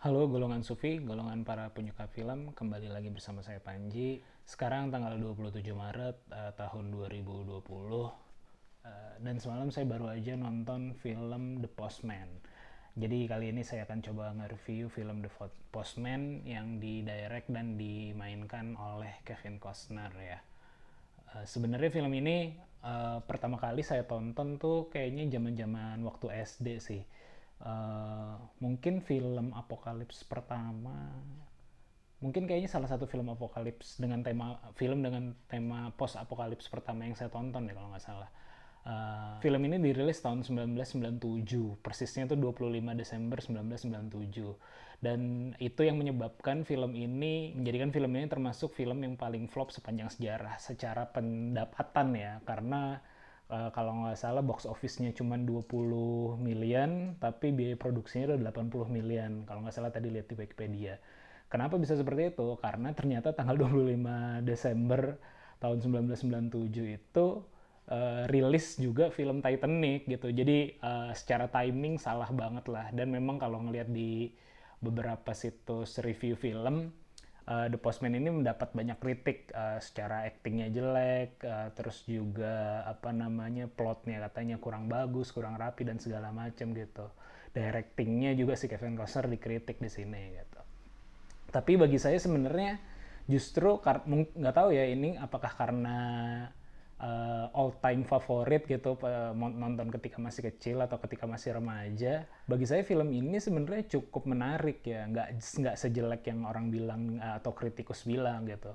Halo golongan Sufi, golongan para penyuka film, kembali lagi bersama saya Panji. Sekarang tanggal 27 Maret tahun 2020, dan semalam saya baru aja nonton film The Postman. Jadi kali ini saya akan coba nge-review film The Postman yang didirect dan dimainkan oleh Kevin Costner ya. Sebenarnya film ini pertama kali saya tonton tuh kayaknya zaman-zaman waktu SD sih. Mungkin film apokalips pertama, mungkin kayaknya salah satu film apokalips dengan tema post apokalips pertama yang saya tonton deh kalau nggak salah. Film ini dirilis tahun 1997, persisnya tuh 25 Desember 1997. Dan itu yang menyebabkan film ini, menjadikan film ini termasuk film yang paling flop sepanjang sejarah secara pendapatan ya. Karena kalau nggak salah box office-nya cuma 20 miliar, tapi biaya produksinya udah 80 miliar. Kalau nggak salah tadi lihat di Wikipedia. Kenapa bisa seperti itu? Karena ternyata tanggal 25 Desember tahun 1997 itu rilis juga film Titanic gitu. Jadi secara timing salah banget lah. Dan memang kalau ngelihat di beberapa situs review film, The Postman ini mendapat banyak kritik secara aktingnya jelek, terus juga plotnya katanya kurang bagus, kurang rapi dan segala macam gitu. Directingnya juga si Kevin Costner dikritik di sini gitu. Tapi bagi saya sebenarnya justru nggak tahu ya ini apakah karena all time favorit gitu nonton ketika masih kecil atau ketika masih remaja. Bagi saya film ini sebenarnya cukup menarik ya, nggak sejelek yang orang bilang atau kritikus bilang gitu.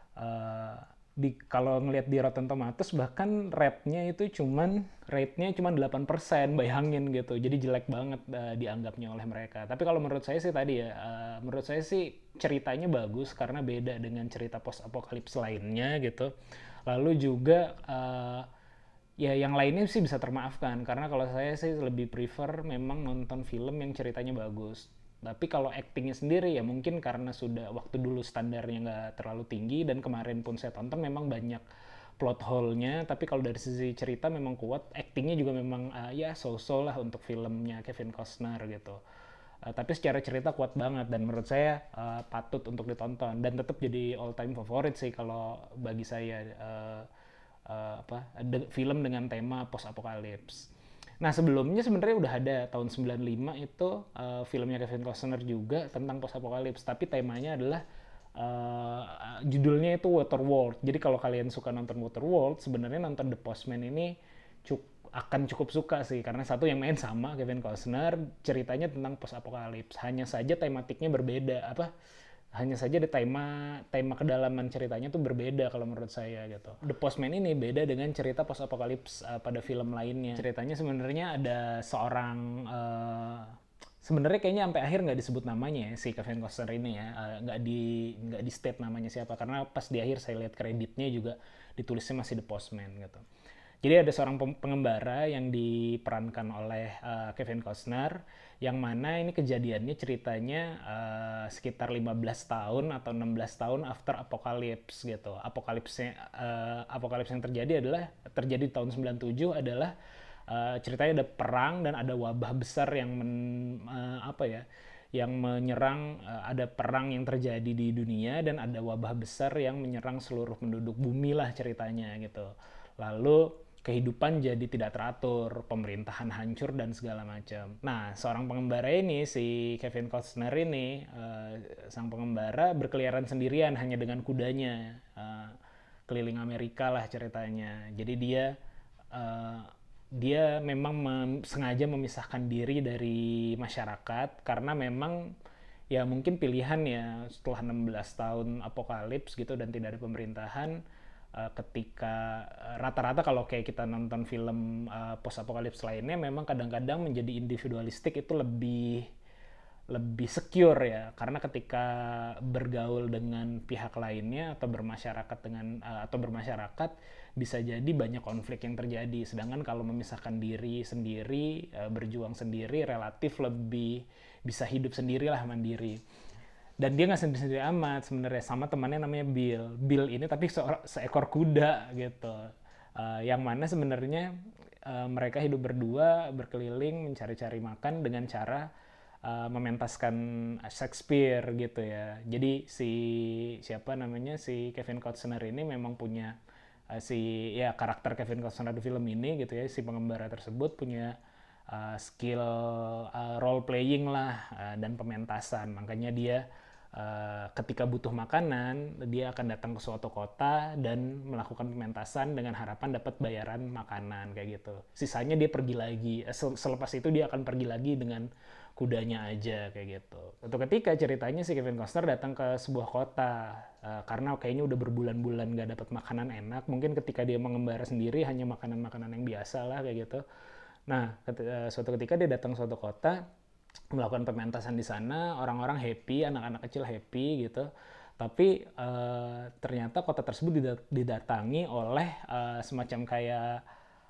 Kalau ngelihat di Rotten Tomatoes bahkan rate-nya cuma 8%, bayangin gitu. Jadi jelek banget dianggapnya oleh mereka. Tapi kalau menurut saya sih tadi ya, menurut saya sih ceritanya bagus karena beda dengan cerita post apokalips lainnya gitu. Lalu juga ya yang lainnya sih bisa termaafkan karena kalau saya sih lebih prefer memang nonton film yang ceritanya bagus. Tapi kalau actingnya sendiri ya mungkin karena sudah waktu dulu standarnya nggak terlalu tinggi dan kemarin pun saya tonton memang banyak plot hole-nya. Tapi kalau dari sisi cerita memang kuat, actingnya juga memang ya so-so lah untuk filmnya Kevin Costner gitu. Tapi secara cerita kuat banget dan menurut saya patut untuk ditonton dan tetap jadi all time favorit sih kalau bagi saya film dengan tema post apokalips. Nah sebelumnya sebenarnya udah ada tahun 95 itu filmnya Kevin Costner juga tentang post apokalips, tapi temanya adalah judulnya itu Waterworld. Jadi kalau kalian suka nonton Waterworld, sebenarnya nonton The Postman ini akan cukup suka sih karena satu yang main sama Kevin Costner, ceritanya tentang post apokalips. Hanya saja tematiknya berbeda, hanya saja ada tema kedalaman ceritanya tuh berbeda kalau menurut saya gitu. The Postman ini beda dengan cerita post apokalips pada film lainnya. Ceritanya sebenarnya ada seorang sebenarnya kayaknya sampai akhir nggak disebut namanya ya, si Kevin Costner ini ya, nggak di state namanya siapa karena pas di akhir saya lihat kreditnya juga ditulisnya masih The Postman gitu. Jadi ada seorang pengembara yang diperankan oleh Kevin Costner, yang mana ini kejadiannya ceritanya sekitar 15 tahun atau 16 tahun after Apocalypse gitu. Apokalips yang terjadi di tahun 97 adalah ceritanya ada perang dan ada wabah besar yang menyerang, ada perang yang terjadi di dunia dan ada wabah besar yang menyerang seluruh penduduk bumi lah ceritanya gitu. Lalu kehidupan jadi tidak teratur, pemerintahan hancur dan segala macam. Nah, seorang pengembara ini, si Kevin Costner ini, sang pengembara berkeliaran sendirian hanya dengan kudanya, keliling Amerika lah ceritanya. Jadi dia memang sengaja memisahkan diri dari masyarakat karena memang ya mungkin pilihan ya setelah 16 tahun apokalips gitu dan tidak ada pemerintahan, ketika rata-rata kalau kayak kita nonton film post apokalips lainnya memang kadang-kadang menjadi individualistik itu lebih lebih secure ya karena ketika bergaul dengan pihak lainnya atau bermasyarakat bisa jadi banyak konflik yang terjadi, sedangkan kalau memisahkan diri sendiri, berjuang sendiri relatif lebih bisa hidup sendirilah mandiri. Dan dia nggak sendiri-sendiri amat sebenarnya, sama temannya namanya Bill ini tapi seekor kuda gitu. Yang mana sebenarnya mereka hidup berdua berkeliling mencari-cari makan dengan cara mementaskan Shakespeare gitu ya. Jadi si Kevin Costner ini memang punya karakter Kevin Costner di film ini gitu ya, si pengembara tersebut punya skill role playing lah dan pementasan. Makanya dia ketika butuh makanan, dia akan datang ke suatu kota dan melakukan pementasan dengan harapan dapat bayaran makanan kayak gitu. Sisanya dia pergi lagi. Selepas itu dia akan pergi lagi dengan kudanya aja kayak gitu. Suatu ketika ceritanya si Kevin Costner datang ke sebuah kota karena kayaknya udah berbulan-bulan gak dapat makanan enak. Mungkin ketika dia mengembara sendiri hanya makanan-makanan yang biasa lah kayak gitu. Nah, suatu ketika dia datang ke suatu kota, melakukan pementasan di sana, orang-orang happy, anak-anak kecil happy gitu. Tapi ternyata kota tersebut didatangi oleh semacam kayak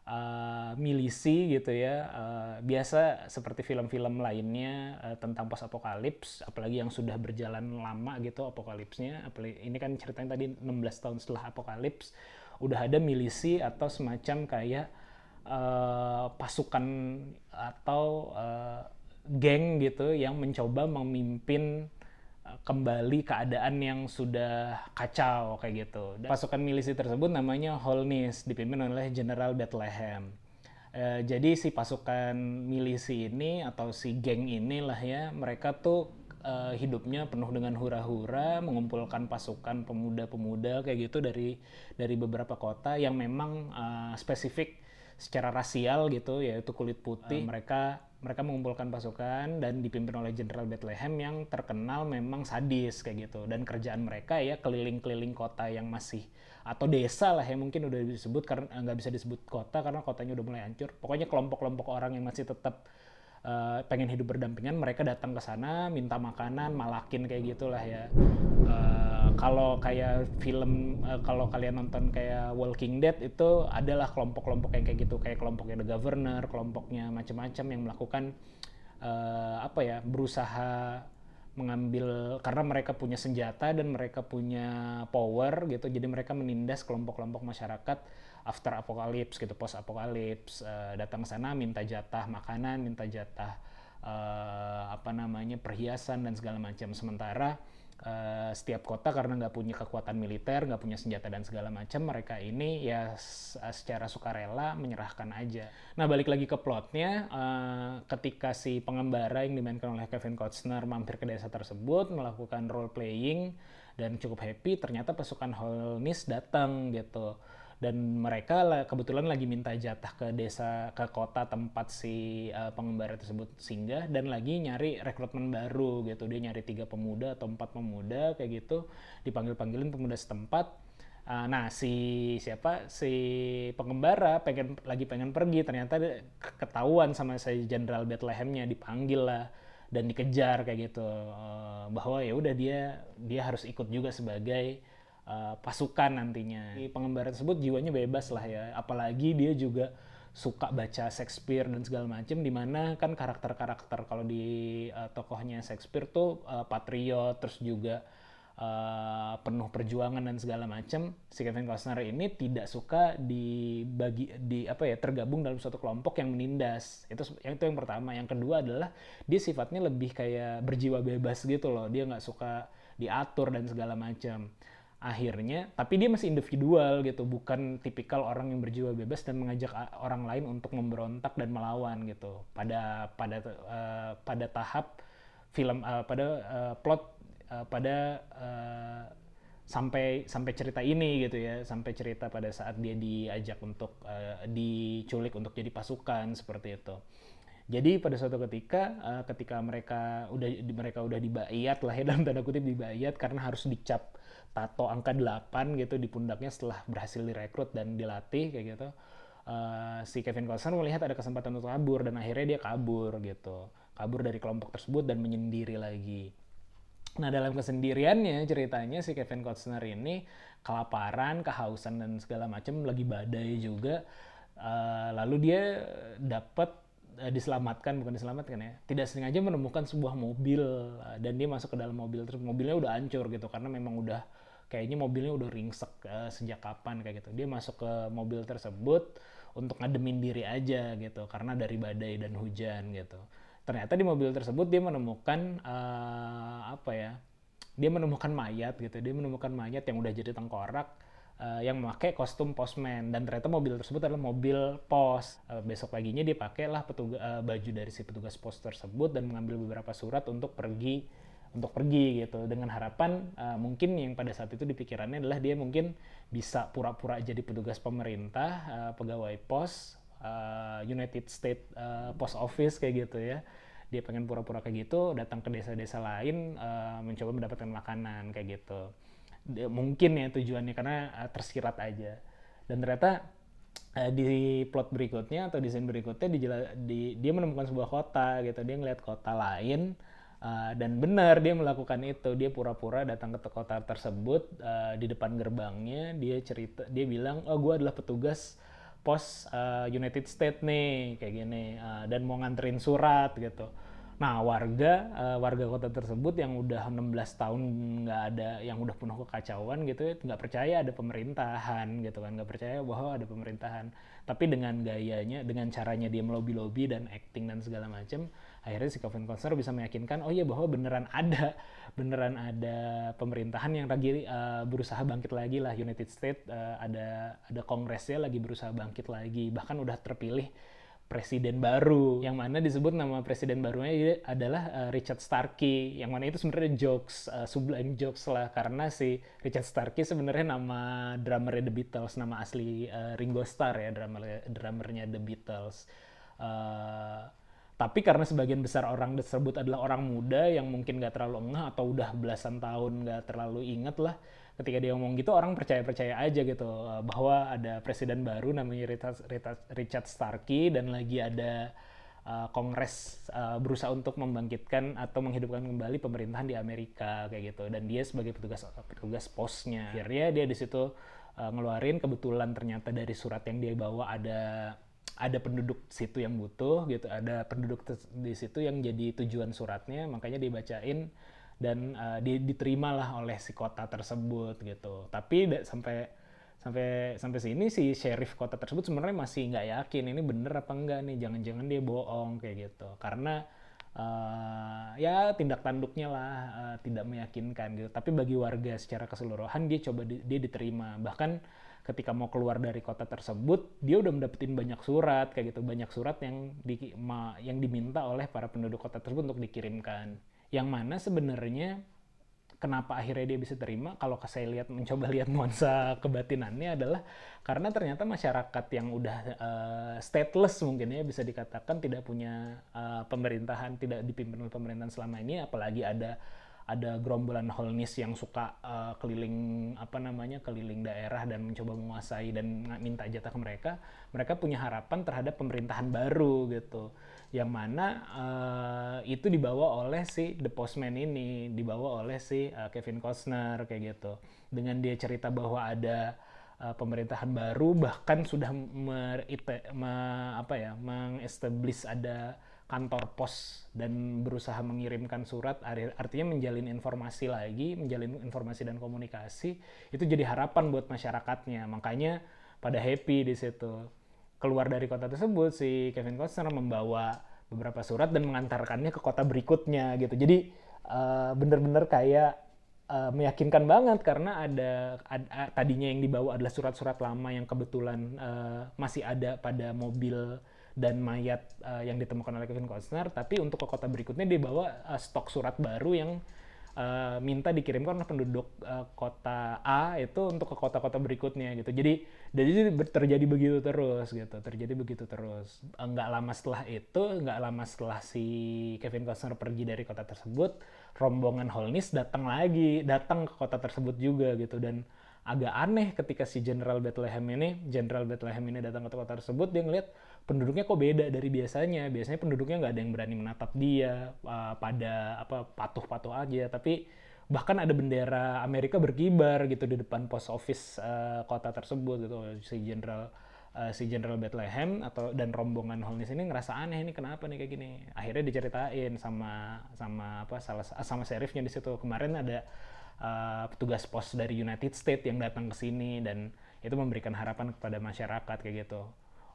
milisi gitu ya. Biasa seperti film-film lainnya tentang post apokalips, apalagi yang sudah berjalan lama gitu apokalipsnya. Ini kan ceritanya tadi 16 tahun setelah apokalips, udah ada milisi atau semacam kayak pasukan atau geng gitu yang mencoba memimpin kembali keadaan yang sudah kacau kayak gitu. Pasukan milisi tersebut namanya Holnis, dipimpin oleh General Bethlehem. Jadi si pasukan milisi ini atau si geng inilah ya, mereka tuh hidupnya penuh dengan hura-hura, mengumpulkan pasukan pemuda-pemuda kayak gitu dari beberapa kota yang memang spesifik secara rasial gitu, yaitu kulit putih. Mereka mengumpulkan pasukan dan dipimpin oleh Jenderal Bethlehem yang terkenal memang sadis kayak gitu. Dan kerjaan mereka ya keliling-keliling kota yang masih atau desa lah ya mungkin udah disebut, karena nggak bisa disebut kota karena kotanya udah mulai hancur. Pokoknya kelompok-kelompok orang yang masih tetap pengen hidup berdampingan, mereka datang ke sana minta makanan, malakin kayak gitulah ya. Kalau kayak film, kalau kalian nonton kayak Walking Dead itu adalah kelompok-kelompok yang kayak gitu, kayak kelompoknya The Governor, kelompoknya macam-macam yang melakukan berusaha mengambil, karena mereka punya senjata dan mereka punya power gitu, jadi mereka menindas kelompok-kelompok masyarakat after apocalypse gitu, post apocalypse, datang ke sana minta jatah makanan, minta jatah perhiasan dan segala macam. Sementara setiap kota karena nggak punya kekuatan militer, nggak punya senjata dan segala macam, mereka ini ya secara sukarela menyerahkan aja. Nah, balik lagi ke plotnya, ketika si pengembara yang dimainkan oleh Kevin Costner mampir ke desa tersebut, melakukan role playing dan cukup happy, ternyata pasukan Holnis datang gitu. Dan mereka kebetulan lagi minta jatah ke desa, ke kota tempat si pengembara tersebut singgah, dan lagi nyari rekrutmen baru gitu. Dia nyari 3 pemuda atau 4 pemuda kayak gitu, dipanggil-panggilin pemuda setempat. Nah, si pengembara pengen pergi, ternyata ketahuan sama si Jenderal Bethlehemnya, dipanggil lah dan dikejar kayak gitu, bahwa ya udah dia harus ikut juga sebagai pasukan nantinya. Pengembara tersebut jiwanya bebas lah ya, apalagi dia juga suka baca Shakespeare dan segala macam, dimana kan karakter-karakter kalau di tokohnya Shakespeare tuh patriot, terus juga penuh perjuangan dan segala macam. Si Kevin Costner ini tidak suka tergabung dalam suatu kelompok yang menindas. Itu yang pertama. Yang kedua adalah dia sifatnya lebih kayak berjiwa bebas gitu loh, dia nggak suka diatur dan segala macam. Akhirnya, tapi dia masih individual gitu, bukan tipikal orang yang berjiwa bebas dan mengajak orang lain untuk memberontak dan melawan gitu. Pada tahap film, plot, sampai cerita ini gitu ya, sampai cerita pada saat dia diajak untuk diculik untuk jadi pasukan seperti itu. Jadi pada suatu ketika mereka udah dibayat lah ya, dalam tanda kutip dibayat, karena harus dicap tato angka 8 gitu di pundaknya setelah berhasil direkrut dan dilatih kayak gitu. Si Kevin Costner melihat ada kesempatan untuk kabur dan akhirnya dia kabur dari kelompok tersebut dan menyendiri lagi. Nah, dalam kesendiriannya ceritanya si Kevin Costner ini kelaparan, kehausan dan segala macam, lagi badai juga. Lalu dia diselamatkan ya, tidak sengaja menemukan sebuah mobil, dan dia masuk ke dalam mobil, terus mobilnya udah hancur gitu, karena memang udah kayaknya mobilnya udah ringsek sejak kapan kayak gitu. Dia masuk ke mobil tersebut untuk ngademin diri aja gitu, karena dari badai dan hujan gitu. Ternyata di mobil tersebut dia menemukan dia menemukan mayat gitu. Dia menemukan mayat yang udah jadi tengkorak, yang memakai kostum postman, dan ternyata mobil tersebut adalah mobil pos. Besok paginya dia pakailah baju dari si petugas pos tersebut dan mengambil beberapa surat untuk pergi gitu, dengan harapan mungkin yang pada saat itu dipikirannya adalah dia mungkin bisa pura-pura jadi petugas pemerintah, pegawai pos, United States Post Office kayak gitu ya. Dia pengen pura-pura kayak gitu, datang ke desa-desa lain, mencoba mendapatkan makanan kayak gitu. Mungkin ya tujuannya karena tersirat aja. Dan ternyata di plot berikutnya atau desain berikutnya dia menemukan sebuah kota gitu. Dia ngeliat kota lain, dan benar dia melakukan itu. Dia pura-pura datang ke kota tersebut, di depan gerbangnya dia bilang, oh gue adalah petugas pos United States nih kayak gini, dan mau nganterin surat gitu. Nah warga kota tersebut yang udah 16 tahun nggak ada, yang udah penuh kekacauan gitu ya, nggak percaya ada pemerintahan gitu kan, nggak percaya bahwa ada pemerintahan. Tapi dengan gayanya, dengan caranya dia melobi-lobi dan acting dan segala macam, akhirnya si Kevin Costner bisa meyakinkan, oh iya bahwa beneran ada pemerintahan yang lagi berusaha bangkit lagi lah. United States ada kongresnya lagi berusaha bangkit lagi, bahkan udah terpilih presiden baru, yang mana disebut nama presiden barunya adalah Richard Starkey, yang mana itu sebenarnya jokes, sublime jokes lah, karena si Richard Starkey sebenarnya nama drummernya The Beatles, nama asli Ringo Starr ya, drummernya The Beatles. Tapi karena sebagian besar orang tersebut adalah orang muda yang mungkin gak terlalu ngeh atau udah belasan tahun gak terlalu inget lah, ketika dia ngomong gitu orang percaya aja gitu, bahwa ada presiden baru namanya Richard Starkey, dan lagi ada kongres berusaha untuk membangkitkan atau menghidupkan kembali pemerintahan di Amerika kayak gitu, dan dia sebagai petugas posnya. Akhirnya dia di situ ngeluarin, kebetulan ternyata dari surat yang dia bawa ada penduduk situ yang butuh gitu, ada penduduk di situ yang jadi tujuan suratnya, makanya dibacain dan diterimalah oleh si kota tersebut gitu. Tapi sampai sini si sheriff kota tersebut sebenarnya masih nggak yakin ini bener apa enggak nih, jangan-jangan dia bohong kayak gitu, karena ya tindak tanduknya lah tidak meyakinkan gitu. Tapi bagi warga secara keseluruhan dia diterima. Bahkan ketika mau keluar dari kota tersebut, dia udah mendapetin banyak surat kayak gitu, banyak surat yang diminta oleh para penduduk kota tersebut untuk dikirimkan. Yang mana sebenarnya kenapa akhirnya dia bisa terima, kalau saya mencoba lihat nuansa kebatinannya adalah karena ternyata masyarakat yang udah stateless mungkin ya bisa dikatakan, tidak punya pemerintahan, tidak dipimpin oleh pemerintahan selama ini, apalagi ada gerombolan Holnis yang suka keliling daerah dan mencoba menguasai dan minta jatah ke mereka punya harapan terhadap pemerintahan baru gitu, yang mana itu dibawa oleh si The Postman ini, dibawa oleh si Kevin Costner kayak gitu, dengan dia cerita bahwa ada pemerintahan baru, bahkan sudah mengestablish ada kantor pos dan berusaha mengirimkan surat, artinya menjalin informasi dan komunikasi. Itu jadi harapan buat masyarakatnya, makanya pada happy di situ. Keluar dari kota tersebut, si Kevin Costner membawa beberapa surat dan mengantarkannya ke kota berikutnya gitu. Jadi bener-bener kayak meyakinkan banget, karena ada tadinya yang dibawa adalah surat-surat lama yang kebetulan masih ada pada mobil dan mayat yang ditemukan oleh Kevin Costner, tapi untuk ke kota berikutnya dia bawa stok surat baru yang minta dikirimkan oleh penduduk kota A itu untuk ke kota-kota berikutnya gitu. Jadi terjadi begitu terus gitu, nggak lama setelah si Kevin Costner pergi dari kota tersebut, rombongan Holnis datang ke kota tersebut juga gitu. Dan agak aneh ketika si General Bethlehem ini datang ke kota tersebut, dia ngeliat penduduknya kok beda dari biasanya. Biasanya penduduknya nggak ada yang berani menatap dia, pada patuh-patuh aja. Tapi bahkan ada bendera Amerika berkibar gitu di depan post office kota tersebut gitu. Si General Bethlehem dan rombongan Holnis ini ngerasa aneh, ini kenapa nih kayak gini. Akhirnya diceritain sama sheriffnya di situ, kemarin ada petugas pos dari United States yang datang ke sini, dan itu memberikan harapan kepada masyarakat kayak gitu.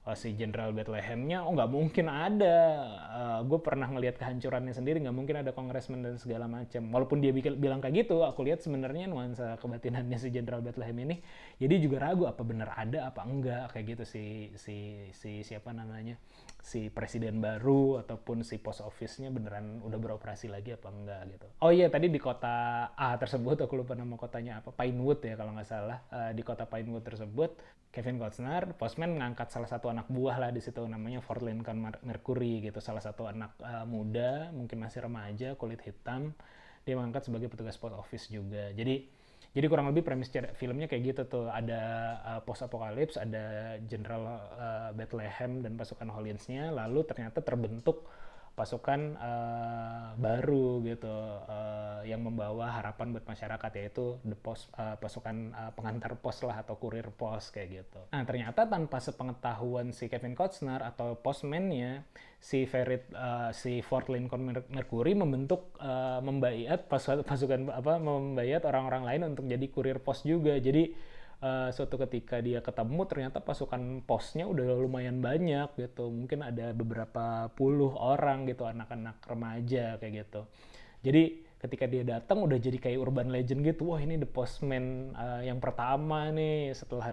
si Jenderal Bethlehemnya, nggak mungkin ada. Gue pernah ngelihat kehancurannya sendiri, nggak mungkin ada kongresmen dan segala macam. Walaupun dia bilang kayak gitu, aku lihat sebenarnya nuansa kebatinannya si Jenderal Bethlehem ini, jadi juga ragu apa benar ada apa enggak kayak gitu si siapa namanya, si presiden baru ataupun si post office-nya beneran udah beroperasi lagi apa enggak gitu. Oh iya, tadi di kota A tersebut, aku lupa nama kotanya apa, Pinewood ya kalau nggak salah. Di kota Pinewood tersebut, Kevin Costner, Postman, ngangkat salah satu anak buah lah di situ, namanya Ford Lincoln Mercury gitu, salah satu anak muda, mungkin masih remaja, kulit hitam. Dia mengangkat sebagai petugas post office juga. Jadi kurang lebih premis filmnya kayak gitu tuh, ada post apokalips, ada General Bethlehem dan pasukan Hollinsnya, lalu ternyata terbentuk pasukan baru gitu, yang membawa harapan buat masyarakat, yaitu pasukan pengantar pos lah atau kurir pos kayak gitu. Nah ternyata tanpa sepengetahuan si Kevin Costner atau postman-nya, si Ford Lincoln Mercury membentuk membaiat membayat orang-orang lain untuk jadi kurir pos juga. Jadi suatu ketika dia ketemu, ternyata pasukan posnya udah lumayan banyak gitu, mungkin ada beberapa puluh orang gitu, anak-anak remaja kayak gitu. Jadi ketika dia datang udah jadi kayak urban legend gitu, wah ini the postman yang pertama nih setelah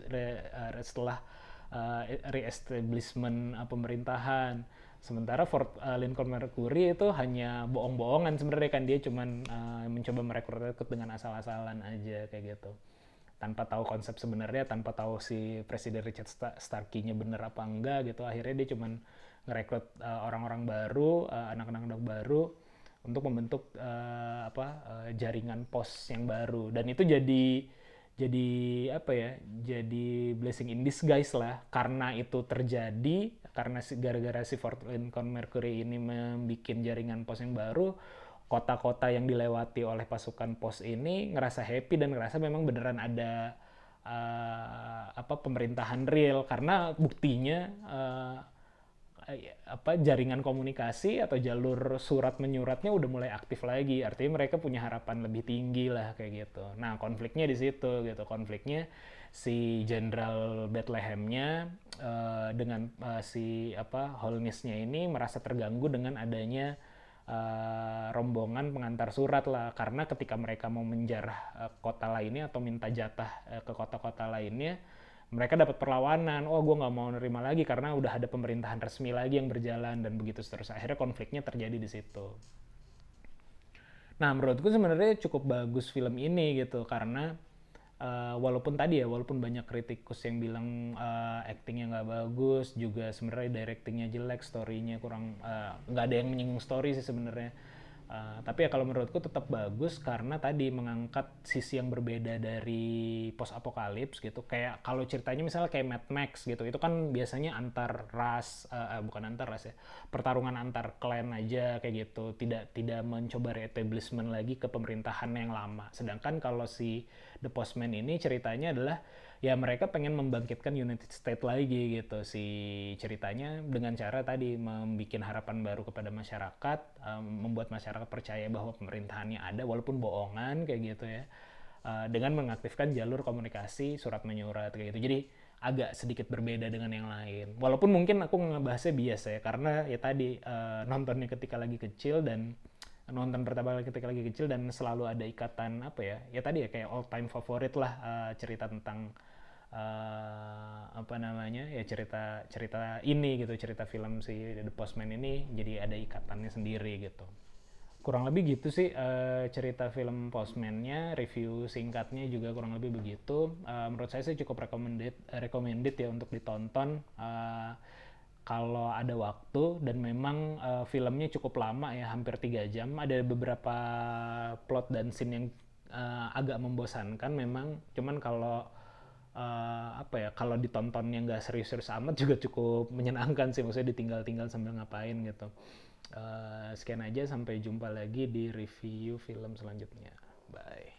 re-establishment pemerintahan. Sementara Ford Lincoln Mercury itu hanya bohong-bohongan sebenarnya kan, dia cuman mencoba merekrut dengan asal-asalan aja kayak gitu, tanpa tahu konsep sebenarnya, tanpa tahu si Presiden Richard Starkey-nya bener apa enggak gitu. Akhirnya dia cuman ngerekrut orang-orang baru, anak-anak baru untuk membentuk jaringan pos yang baru. Dan itu jadi apa ya? Jadi blessing in disguise lah, karena itu terjadi karena gara-gara si Ford Lincoln Mercury ini membuat jaringan pos yang baru. Kota-kota yang dilewati oleh pasukan pos ini ngerasa happy dan ngerasa memang beneran ada pemerintahan real, karena buktinya jaringan komunikasi atau jalur surat menyuratnya udah mulai aktif lagi. Artinya mereka punya harapan lebih tinggi lah kayak gitu. Nah konfliknya di situ gitu, konfliknya si Jenderal Bethlehemnya dengan si Holness-nya ini merasa terganggu dengan adanya rombongan pengantar surat lah, karena ketika mereka mau menjarah kota lainnya atau minta jatah ke kota-kota lainnya, mereka dapat perlawanan. Oh, gue nggak mau nerima lagi karena udah ada pemerintahan resmi lagi yang berjalan, dan begitu seterusnya. Akhirnya konfliknya terjadi di situ. Nah, menurutku sebenarnya cukup bagus film ini gitu, karena walaupun banyak kritikus yang bilang actingnya nggak bagus, juga sebenarnya directingnya jelek, storynya kurang, nggak ada yang menyinggung story sih sebenarnya. Tapi ya kalau menurutku tetap bagus karena tadi mengangkat sisi yang berbeda dari post apokalips gitu. Kayak kalau ceritanya misalnya kayak Mad Max gitu, itu kan biasanya antar ras, bukan antar ras ya, pertarungan antar klan aja kayak gitu, tidak mencoba re-establishment lagi ke pemerintahan yang lama. Sedangkan kalau si The Postman ini ceritanya adalah ya mereka pengen membangkitkan United States lagi gitu, si ceritanya dengan cara tadi membuat harapan baru kepada masyarakat, membuat masyarakat percaya bahwa pemerintahannya ada walaupun bohongan kayak gitu ya, dengan mengaktifkan jalur komunikasi surat menyurat kayak gitu. Jadi agak sedikit berbeda dengan yang lain, walaupun mungkin aku ngebahasnya biasa ya, karena ya tadi nontonnya ketika lagi kecil dan nonton pertama kali ketika lagi kecil, dan selalu ada ikatan ya tadi ya kayak all time favorit lah, cerita tentang cerita ini gitu, cerita film si The Postman ini jadi ada ikatannya sendiri gitu. Kurang lebih gitu sih cerita film Postman-nya, review singkatnya juga kurang lebih begitu. Menurut saya sih cukup recommended ya untuk ditonton kalau ada waktu, dan memang filmnya cukup lama ya, hampir 3 jam. Ada beberapa plot dan scene yang agak membosankan memang, cuman kalau kalau ditontonnya nggak serius-serius amat juga cukup menyenangkan sih, maksudnya ditinggal-tinggal sambil ngapain gitu. Sekian aja, sampai jumpa lagi di review film selanjutnya. Bye.